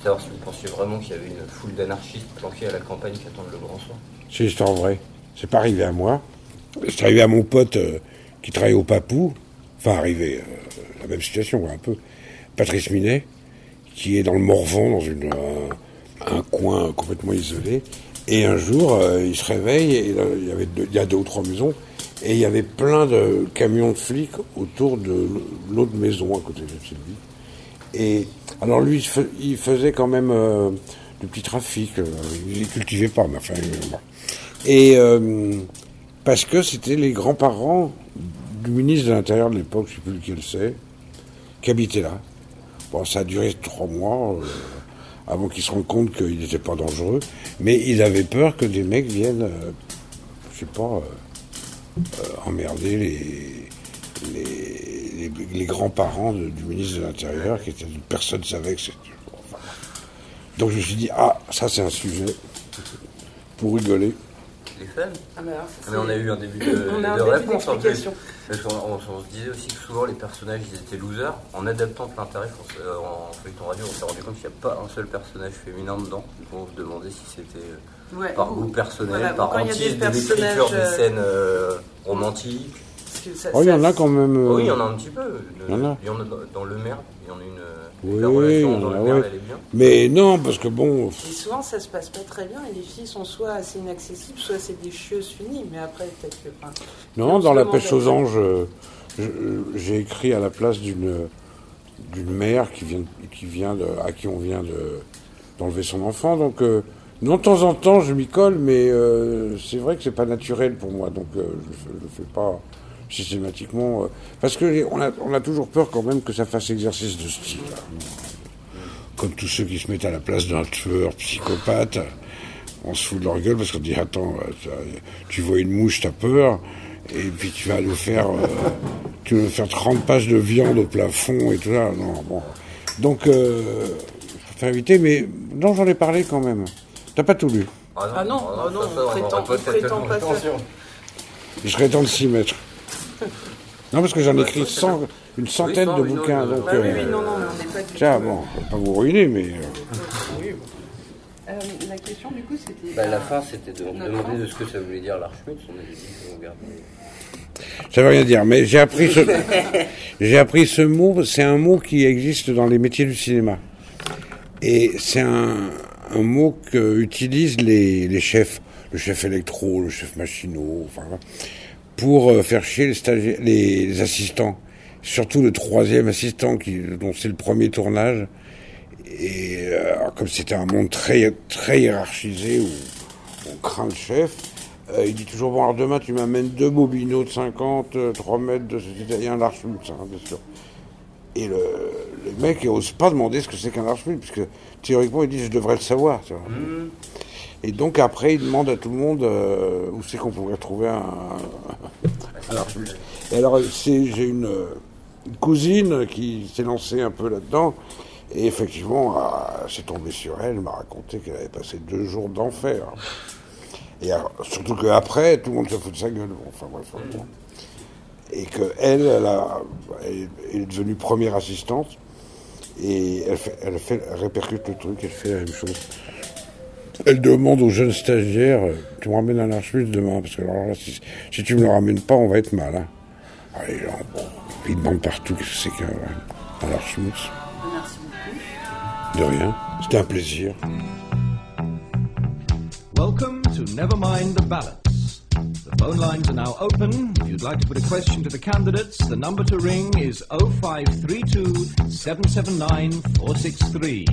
savoir si vous pensiez vraiment qu'il y avait une foule d'anarchistes planqués à la campagne qui attendent le grand soir. C'est une histoire vraie. C'est pas arrivé à moi. C'est arrivé à mon pote euh, qui travaille au Papou. Enfin, arrivé, euh, la même situation, un peu. Patrice Minet, qui est dans le Morvan, dans une, un, un coin complètement isolé. Et un jour, euh, il se réveille, et euh, il y avait deux, il y a deux ou trois maisons, et il y avait plein de camions de flics autour de l'autre maison à côté de chez lui. Et alors lui, il faisait quand même euh, du petit trafic. Euh, il ne cultivait pas, mais enfin. Euh, et euh, parce que c'était les grands-parents du ministre de l'Intérieur de l'époque, je ne sais plus lequel c'est, qui habitaient là. Bon, ça a duré trois mois euh, avant qu'ils se rendent compte qu'il n'était pas dangereux, mais ils avaient peur que des mecs viennent, euh, je sais pas, euh, euh, emmerder les, les, les, les grands-parents de, du ministre de l'Intérieur, qui était personne ne savait que c'était. Enfin, donc je me suis dit, ah, ça c'est un sujet pour rigoler. Les fans ah mais, alors, ah mais on a eu un début de, on de, a un de début réponse en plus. d'explication. Parce qu'on on, on se disait aussi que souvent les personnages ils étaient losers. En adaptant plein tarif euh, en feuilleton radio, on s'est rendu compte qu'il n'y a pas un seul personnage féminin dedans. Donc on se demandait si c'était euh, ouais, par goût personnel, voilà, par hantise de l'écriture des scènes euh, romantiques. Ça, oh, il y en a quand même. Euh... Oh, oui, il y en a un petit peu. Il y en a. Il y en a dans Le Merde, il y en a une. Oui, la relation dans oui, Le Merde, elle est bien. Mais non, parce que bon. Et souvent, ça se passe pas très bien et les filles sont soit assez inaccessibles, soit c'est des chieuses finies. Mais après, peut-être que. Enfin, non, dans La Pêche aux anges, j'ai écrit à la place d'une d'une mère qui vient, qui vient de, à qui on vient de d'enlever son enfant. Donc, euh, non, de temps en temps, je m'y colle, mais euh, c'est vrai que c'est pas naturel pour moi. Donc, euh, je le fais pas systématiquement, euh, parce que on a, on a toujours peur quand même que ça fasse exercice de style. Comme tous ceux qui se mettent à la place d'un tueur psychopathe, on se fout de leur gueule parce qu'on dit attends, tu vois une mouche, t'as peur, et puis tu vas nous faire, euh, tu vas nous faire trente pages de viande au plafond et tout ça. Non, bon. Donc, euh, faut faire éviter, mais non, j'en ai parlé quand même. T'as pas tout lu. Ah non, ah non, on prétend pas ça. Je serais temps de s'y mettre. Non, parce que j'en ai écrit cent, une centaine oui, de bouquins. Une, donc, bah, euh, oui, oui, non, non, mais on n'est pas du tiens, tout. bon, je ne vais pas vous ruiner, mais. Euh... Oui, bon. euh, la question, du coup, c'était. Bah, la fin, c'était de demander de ce que ça voulait dire l'Archmutz. On avait dit qu'on regardait. Ça veut rien dire, mais j'ai appris ce, j'ai appris ce mot. C'est un mot qui existe dans les métiers du cinéma. Et c'est un, un mot qu'utilisent les, les chefs, le chef électro, le chef machinot, enfin. Pour faire chier les, stagiaires, les, les assistants, surtout le troisième assistant qui, dont c'est le premier tournage. Et euh, comme c'était un monde très très hiérarchisé où on craint le chef, euh, il dit toujours bon alors demain tu m'amènes deux bobineaux de cinquante, trois mètres de italien l'Archmutz, hein, bien sûr. Et le, le mec il n'ose pas demander ce que c'est qu'un Archmutz puisque théoriquement il dit je devrais le savoir. Tu vois. Mmh. Et donc après, il demande à tout le monde euh, où c'est qu'on pourrait trouver un, un Archmutz. Et alors, c'est, j'ai une, une cousine qui s'est lancée un peu là-dedans, et effectivement, euh, c'est tombé sur elle, elle m'a raconté qu'elle avait passé deux jours d'enfer. Et alors, surtout qu'après, tout le monde se fout de sa gueule. Bon, enfin bref. Bon. Et qu'elle, elle, a, elle est devenue première assistante, et elle, fait, elle, fait, elle répercute le truc, elle fait la même chose. Elle demande aux jeunes stagiaires, tu me ramènes un Archmutz demain, parce que alors là, si, si tu me le ramènes pas, on va être mal. Hein. Allez, là, bon, ils demandent partout qu'est-ce que c'est qu'un un Archmutz. Merci beaucoup. De rien, c'était un plaisir. Welcome to Nevermind the Ballots. The phone lines are now open. If you'd like to put a question to the candidates, the number to ring is oh five three two, seven seven nine, four six three.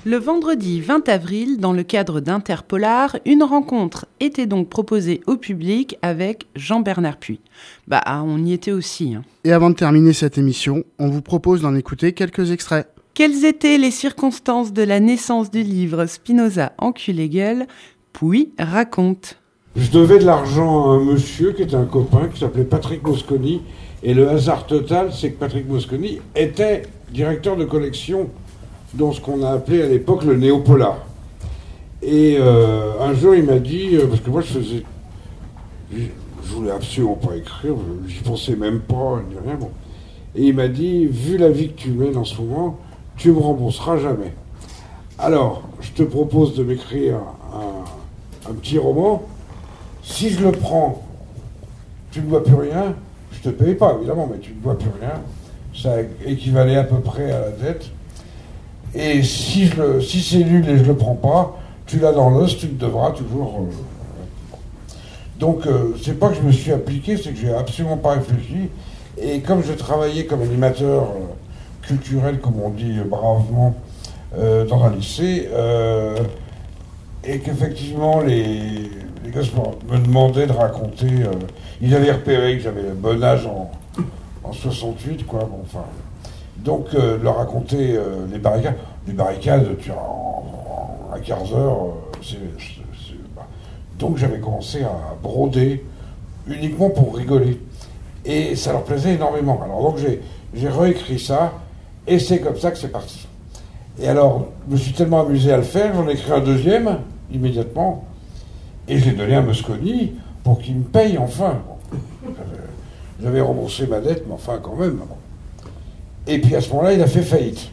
Le vendredi vingt avril, dans le cadre d'Interpolar, une rencontre était donc proposée au public avec Jean-Bernard Puy. Bah, on y était aussi. Hein. Et avant de terminer cette émission, on vous propose d'en écouter quelques extraits. Quelles étaient les circonstances de la naissance du livre Spinoza enculé-gueule ? Puy raconte. Je devais de l'argent à un monsieur qui était un copain, qui s'appelait Patrick Mosconi. Et le hasard total, c'est que Patrick Mosconi était directeur de collection dans ce qu'on a appelé à l'époque le néopolar. Et euh, un jour, il m'a dit, euh, parce que moi je faisais... Je, je voulais absolument pas écrire, j'y pensais même pas, ni rien. Bon. Et il m'a dit, vu la vie que tu mènes en ce moment, tu me rembourseras jamais. Alors, je te propose de m'écrire un, un petit roman. Si je le prends, tu ne dois plus rien. Je te paye pas, évidemment, mais tu ne dois plus rien. Ça équivalait à peu près à la dette. Et si, je le, si c'est nul et je le prends pas, tu l'as dans l'os, tu me devras toujours. Euh... Donc, euh, c'est pas que je me suis appliqué, c'est que j'ai absolument pas réfléchi. Et comme je travaillais comme animateur euh, culturel, comme on dit bravement, euh, dans un lycée, euh, et qu'effectivement les, les gars me demandaient de raconter. Euh, ils avaient repéré que j'avais le bon âge en, en soixante-huit, quoi. Bon, enfin, donc, euh, leur raconter euh, les barricades. Les barricades, tu, en, en, à quinze heures, euh, c'est, c'est, c'est, bah. Donc, j'avais commencé à broder uniquement pour rigoler. Et ça leur plaisait énormément. Alors, donc, j'ai, j'ai réécrit ça, et c'est comme ça que c'est parti. Et alors, je me suis tellement amusé à le faire, j'en ai écrit un deuxième, immédiatement, et je l'ai donné à Mosconi pour qu'il me paye enfin. Bon, j'avais, j'avais remboursé ma dette, mais enfin, quand même. Bon. Et puis, à ce moment-là, il a fait faillite.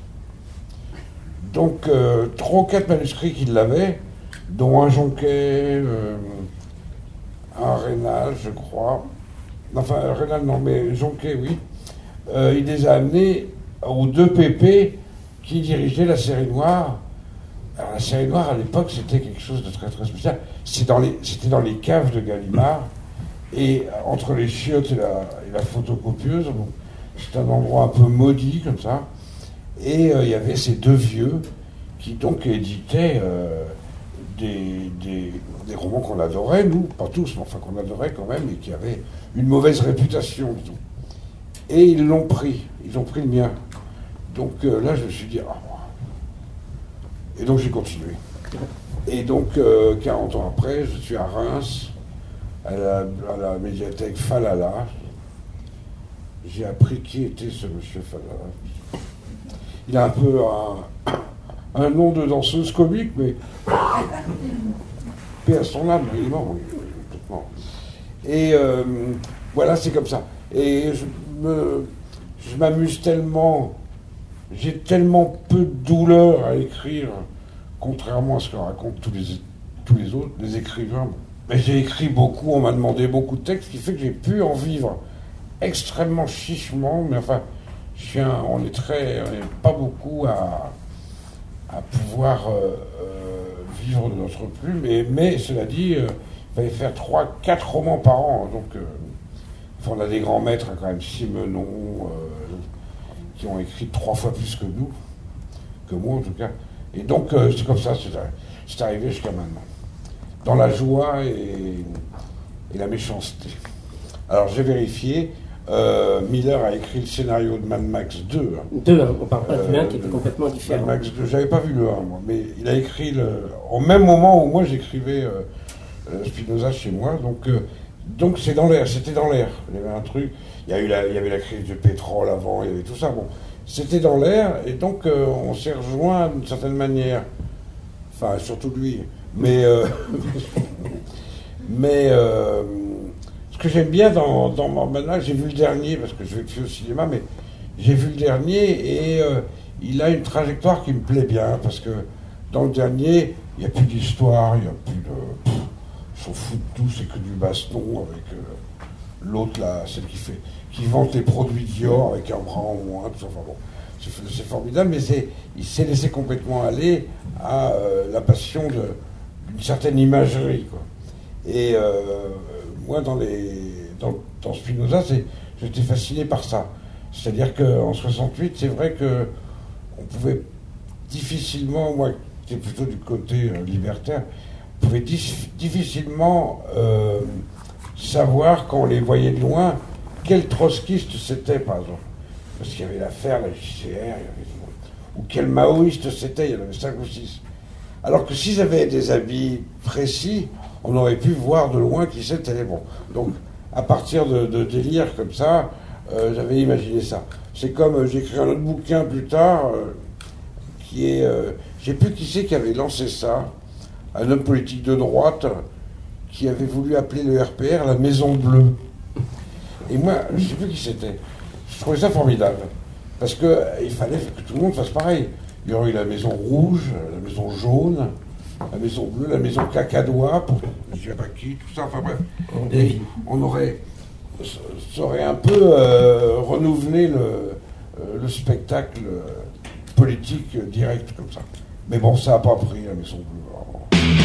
Donc, euh, trois ou quatre manuscrits qu'il avait, dont un Jonquet, euh, un Rénal, je crois. Enfin, Rénal, non, mais Jonquet, oui. Euh, il les a amenés aux deux Pépé qui dirigeaient la série noire. Alors, la série noire, à l'époque, c'était quelque chose de très, très spécial. C'était dans les, c'était dans les caves de Gallimard, et entre les chiottes et la, et la photocopieuse, bon, c'était un endroit un peu maudit, comme ça. Et euh, il y avait ces deux vieux qui, donc, éditaient euh, des, des, des romans qu'on adorait, nous, pas tous, mais enfin qu'on adorait quand même, et qui avaient une mauvaise réputation, disons. Et ils l'ont pris, ils ont pris le mien. Donc euh, là, je me suis dit, ah, et donc j'ai continué. Et donc, euh, quarante ans après, je suis à Reims, à la, à la médiathèque Falala. J'ai appris qui était ce monsieur Falala. Il a un peu un, un nom de danseuse comique, mais paix à son âme, il est mort, oui, complètement. Et euh, voilà, c'est comme ça. Et je, me, je m'amuse tellement, j'ai tellement peu de douleur à écrire, contrairement à ce que racontent tous les, tous les autres, les écrivains. Mais j'ai écrit beaucoup, on m'a demandé beaucoup de textes, ce qui fait que j'ai pu en vivre extrêmement chichement, mais enfin, je suis un, on est très, on n'est pas beaucoup à, à pouvoir euh, euh, vivre de notre plume, mais, mais cela dit, euh, il fallait faire trois, quatre romans par an, donc euh, enfin, on a des grands maîtres, quand même, Simenon, euh, qui ont écrit trois fois plus que nous, que moi en tout cas, et donc euh, c'est comme ça, c'est, c'est arrivé jusqu'à maintenant, dans la joie et, et la méchanceté. Alors j'ai vérifié, Euh, Miller a écrit le scénario de Mad Max deux. deux, hein, on parle pas du un qui était complètement différent. Mad Max deux, j'avais pas vu le un, moi, mais il a écrit le, au même moment où moi j'écrivais euh, euh, Spinoza chez moi, donc, euh, donc c'est dans l'air, c'était dans l'air. Il y avait un truc, il y, a eu la, il y avait la crise du pétrole avant, il y avait tout ça, bon, c'était dans l'air, et donc euh, on s'est rejoint d'une certaine manière, enfin surtout lui, mais, euh, mais euh, ce que j'aime bien dans, dans Maintenant, j'ai vu le dernier, parce que je vais plus au cinéma, mais j'ai vu le dernier et euh, il a une trajectoire qui me plaît bien, parce que dans le dernier, il n'y a plus d'histoire, il n'y a plus de... Pff, ils s'en foutent de tout, c'est que du baston avec euh, l'autre, là, celle qui fait, qui vante les produits Dior avec un bras en moins, tout ça, enfin bon, c'est, c'est formidable, mais c'est, il s'est laissé complètement aller à euh, la passion de, d'une certaine imagerie, quoi. Et... Euh, moi, dans, les, dans, dans Spinoza, c'est, j'étais fasciné par ça. C'est-à-dire qu'en soixante-huit, c'est vrai qu'on pouvait difficilement, moi qui étaient plutôt du côté euh, libertaire, pouvaient dif- difficilement euh, savoir, quand on les voyait de loin, quel trotskiste c'était, par exemple. Parce qu'il y avait l'affaire, la J C R, il y avait... ou quel maoïste c'était, il y en avait cinq ou six. Alors que s'ils avaient des habits précis, on aurait pu voir de loin qui c'était. Bon. Donc, à partir de, de délires comme ça, euh, j'avais imaginé ça. C'est comme, euh, j'ai écrit un autre bouquin plus tard, euh, qui est... Euh, je ne sais plus qui c'est qui avait lancé ça, un homme politique de droite, qui avait voulu appeler le R P R la Maison Bleue. Et moi, je ne sais plus qui c'était. Je trouvais ça formidable. Parce qu'il euh, fallait que tout le monde fasse pareil. Il y aurait eu la Maison Rouge, la Maison Jaune, la Maison Bleue, la Maison Cacadois, pour je ne sais pas qui, tout ça, enfin bref. Et on aurait... Ça aurait un peu euh, renouvelé le, euh, le spectacle politique direct comme ça. Mais bon, ça n'a pas pris, la Maison Bleue. Vraiment.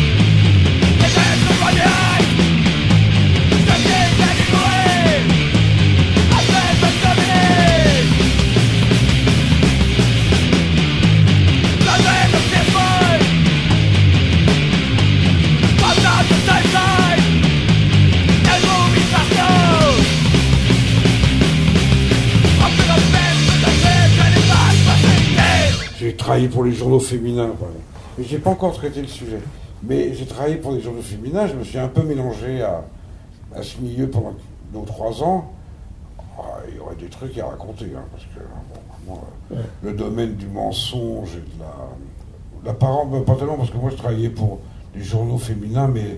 J'ai travaillé pour les journaux féminins, voilà. Mais j'ai pas encore traité le sujet. Mais j'ai travaillé pour les journaux féminins, je me suis un peu mélangé à, à ce milieu pendant deux ou trois ans. Oh, il y aurait des trucs à raconter, hein, parce que bon, vraiment, ouais. Le domaine du mensonge et de la... La parole, pas tellement, parce que moi je travaillais pour les journaux féminins, mais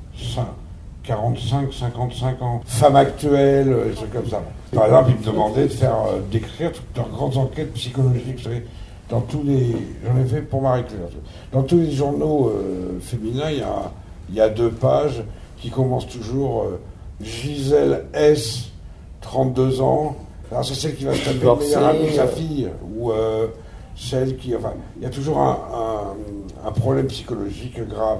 quarante-cinq, cinquante-cinq ans. Femmes actuelles, des trucs comme ça. Par exemple, ils me demandaient de faire, euh, d'écrire toutes leurs grandes enquêtes psychologiques, vous savez. Dans tous les, j'en ai fait pour Marie-Claire. Dans tous les journaux euh, féminins, il y a, il y a deux pages qui commencent toujours euh, Gisèle S, trente-deux ans. Alors c'est celle qui va se taper le meilleur ami de sa fille, ou euh, celle qui, enfin, il y a toujours un, un, un problème psychologique grave.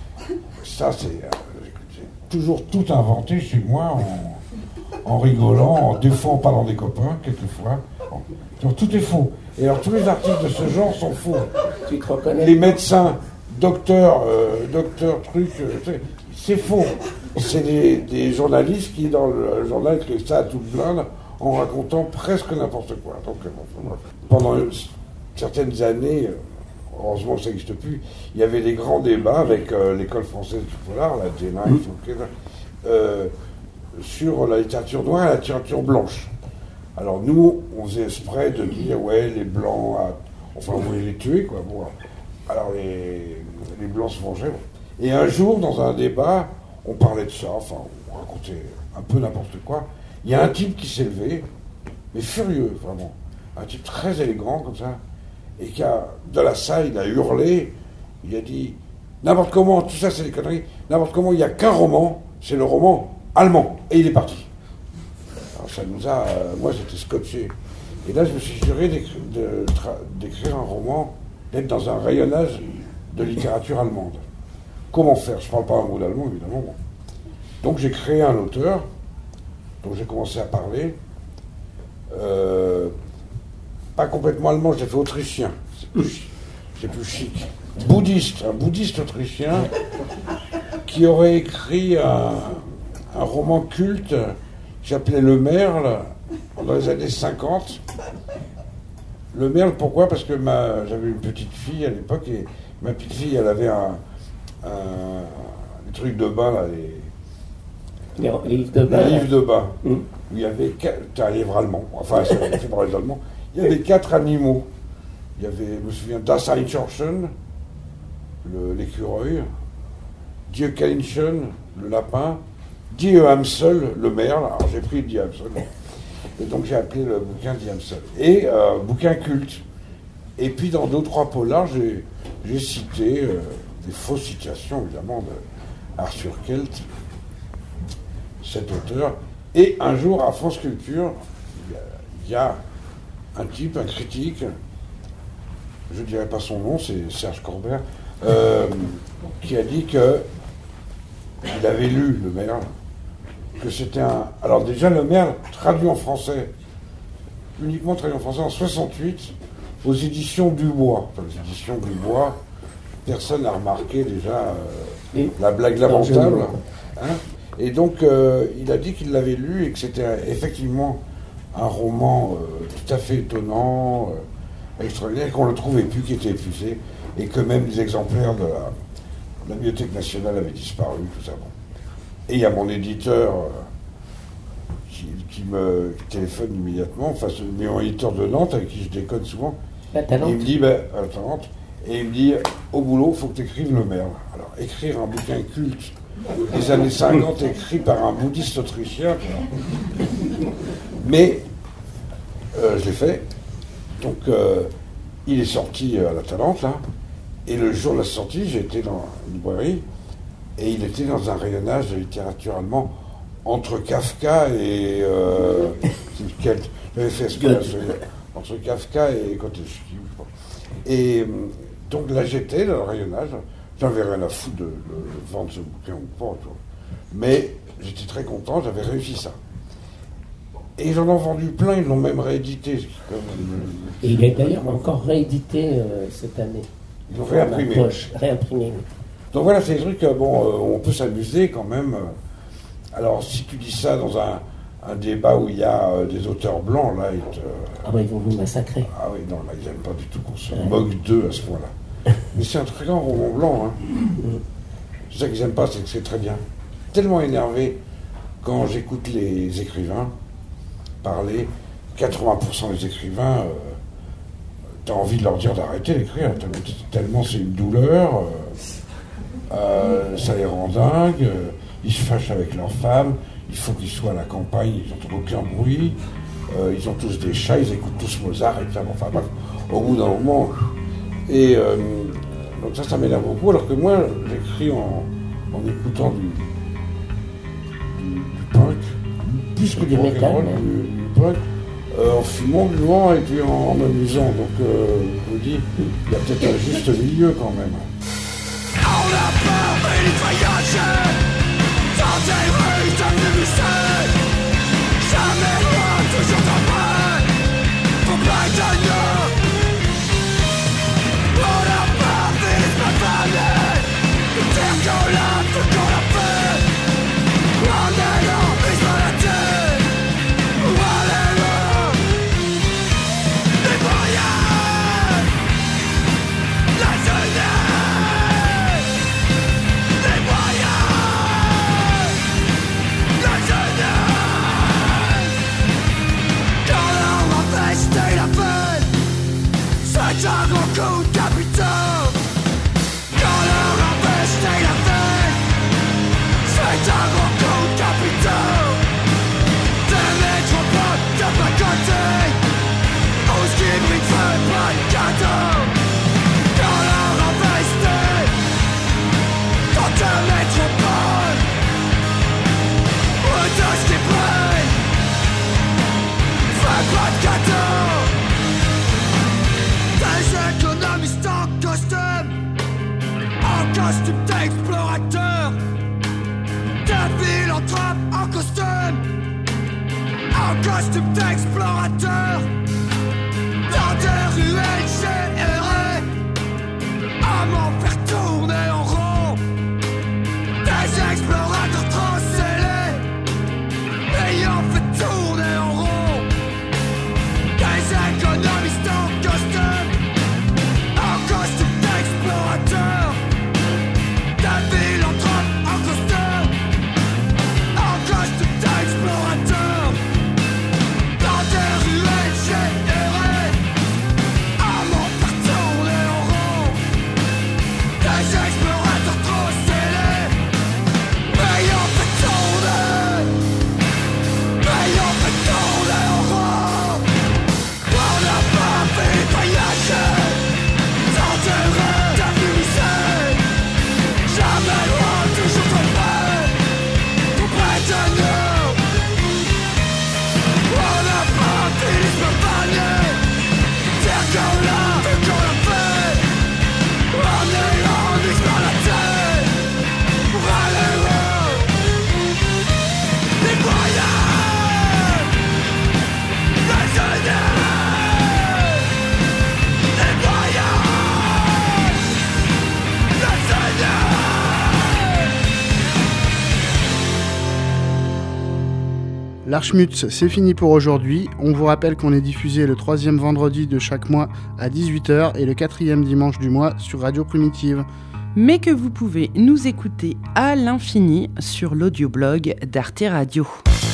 Ça, c'est, euh, c'est toujours tout inventé chez moi en, en rigolant, en des fois en parlant des copains, quelquefois. Bon. Donc tout est faux. Et alors tous les articles de ce genre sont faux. Tu te reconnais? Les médecins, docteurs, euh, docteurs, trucs, euh, c'est faux. C'est des, des journalistes qui, dans le journal, écrivent ça à toute blinde en racontant presque n'importe quoi. Donc, bon, pendant une, certaines années, heureusement que ça n'existe plus, il y avait des grands débats avec euh, l'école française du polar, la D neuf, mmh. euh, sur la littérature noire et la littérature blanche. Alors nous, on faisait exprès de dire, ouais, les Blancs, enfin, on voulait les tuer, quoi. Bon, alors les, les Blancs se vengeaient. Et un jour, dans un débat, on parlait de ça, enfin, on racontait un peu n'importe quoi. Il y a un type qui s'est levé, mais furieux, vraiment. Un type très élégant, comme ça, et qui a, dans la salle, il a hurlé, il a dit, n'importe comment, tout ça c'est des conneries, n'importe comment, il n'y a qu'un roman, c'est le roman allemand. Et il est parti. Ça nous a... Euh, moi, j'étais scotché. Et là, je me suis juré d'écrire, de, d'écrire un roman, d'être dans un rayonnage de littérature allemande. Comment faire? Je ne parle pas un mot d'allemand, évidemment. Bon. Donc, j'ai créé un auteur, dont j'ai commencé à parler. Euh, pas complètement allemand, j'ai fait autrichien. C'est plus, c'est plus chic. Bouddhiste, un bouddhiste autrichien qui aurait écrit un, un roman culte j'appelais Le Merle, dans les années cinquante. Le Merle, pourquoi? Parce que ma, j'avais une petite fille à l'époque, et ma petite fille, elle avait un, un, des trucs de bain, là, les, les livres de bain. Les livres de bain, mmh. où il y avait, c'était un livre allemand, enfin, c'est fait par les Allemands, il y avait quatre animaux. Il y avait, je me souviens, Das Eichhörnchen, le, l'écureuil, Die Kaninchen, le lapin, Die Amsel, le merle. Alors j'ai pris Die Amsel. Et donc j'ai appelé le bouquin Die Amsel. Et euh, bouquin culte. Et puis dans deux trois polars, j'ai, j'ai cité euh, des fausses citations, évidemment, de Arthur Kelt, cet auteur. Et un jour, à France Culture, il y, y a un type, un critique, je ne dirais pas son nom, c'est Serge Corbert, euh, qui a dit que il avait lu Le Merle, que c'était un... Alors déjà, Le Merle, traduit en français, uniquement traduit en français, en soixante-huit, aux éditions Dubois. Enfin, les éditions Dubois, personne n'a remarqué déjà euh, Et la blague lamentable. Hein, et donc, euh, il a dit qu'il l'avait lu et que c'était effectivement un roman euh, tout à fait étonnant, euh, extraordinaire, qu'on ne le trouvait plus, qui était épuisé, et que même les exemplaires de la, la Bibliothèque nationale avaient disparu, tout ça. Bon. Et il y a mon éditeur euh, qui, qui me téléphone immédiatement, enfin, c'est mon éditeur de Nantes, avec qui je déconne souvent. Bah, et il me dit, ben, à Nantes, et il me dit, au boulot, il faut que tu écrives Le Merle. Alors, écrire un bouquin culte des années cinquante, écrit par un bouddhiste autrichien, mais euh, je l'ai fait. Donc, euh, il est sorti à la Talente, là, et le jour de la sortie, j'étais dans une librairie, et il était dans un rayonnage de littérature allemande entre Kafka et... Euh, quel, j'avais fait ce entre Kafka et Kotevsky. Et donc là, j'étais dans le rayonnage. J'avais rien à foutre de, de vendre ce bouquin ou pas. Mais j'étais très content, j'avais réussi ça. Et ils en ont vendu plein, ils l'ont même réédité. Comme, euh, et il est d'ailleurs encore réédité euh, cette année. Ils l'ont réimprimé. Poche, réimprimé. Donc voilà, c'est des trucs, bon, euh, on peut s'amuser quand même. Alors, si tu dis ça dans un, un débat où il y a euh, des auteurs blancs, là, ils te... Ah bah ils vont vous massacrer. Ah oui, non, là, ils n'aiment pas du tout qu'on se ouais. moque d'eux à ce point-là. Mais c'est un très grand roman blanc. Hein. C'est ça qu'ils n'aiment pas, c'est que c'est très bien. Tellement énervé quand j'écoute les écrivains parler, quatre-vingts pour cent des écrivains, euh, t'as envie de leur dire d'arrêter d'écrire, tellement c'est une douleur, euh, euh, ça les rend dingues, euh, ils se fâchent avec leurs femmes, il faut qu'ils soient à la campagne, ils n'entendent aucun bruit, euh, ils ont tous des chats, ils écoutent tous Mozart, et cetera. Enfin bref, au bout d'un moment... Et euh, donc ça, ça m'énerve beaucoup, alors que moi, j'écris en, en écoutant du, du, du punk, plus que du rock'n'roll, du, du punk, euh, en fumant, buvant et puis en, en m'amusant. Donc euh, je me dis, il y a peut-être un juste milieu quand même. On a peur de voyager dans des rues de musées. Jamais loin, toujours dans vrai, pour pas d'ailleurs. On a peur des batailles, de dire qu'on l'a, tout qu'on l'a fait. On est là, mais je la terre, où aller là. Les voyages, la jeunesse. Les voyages, la jeunesse. Quand on empêche de la peine, c'est un gros coup de capital. Quand on empêche de la peine, c'est un gros coup de capital. Des métropoles de pas côté, où ce qui brille fait pas de cadeau. Quand on empêche de, dans des métropoles, où tout ce qui brille fait pas de cadeau. Des économistes en costume, en costume d'explorateur. Des philanthropes en costume, en costume d'explorateur. Dans des ruelles j'ai erré, à m'en faire tourner en rond. Des explorateurs transcellés, ayant fait tourner en rond. Des économistes en costume, en costume d'explorateur. Des philanthropes en costume, en costume d'explorateur. Dans des ruelles j'ai erré, à m'en L'Archmutz, c'est fini pour aujourd'hui. On vous rappelle qu'on est diffusé le troisième vendredi de chaque mois à dix-huit heures et le quatrième dimanche du mois sur Radio Primitive. Mais que vous pouvez nous écouter à l'infini sur l'audioblog d'Arte Radio.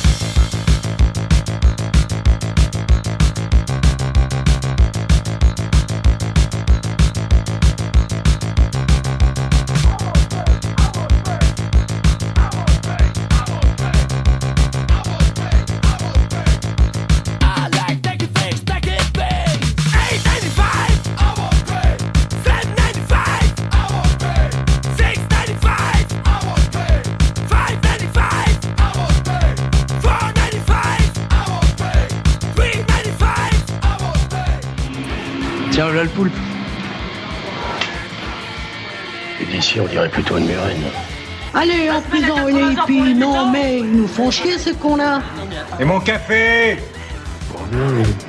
Tiens, voilà le poulpe. Et d'ici, on dirait plutôt une murène. Allez, en prison, les hippies. Non, mais ils nous font chier, ce qu'on a. Et mon café? Bon, bien,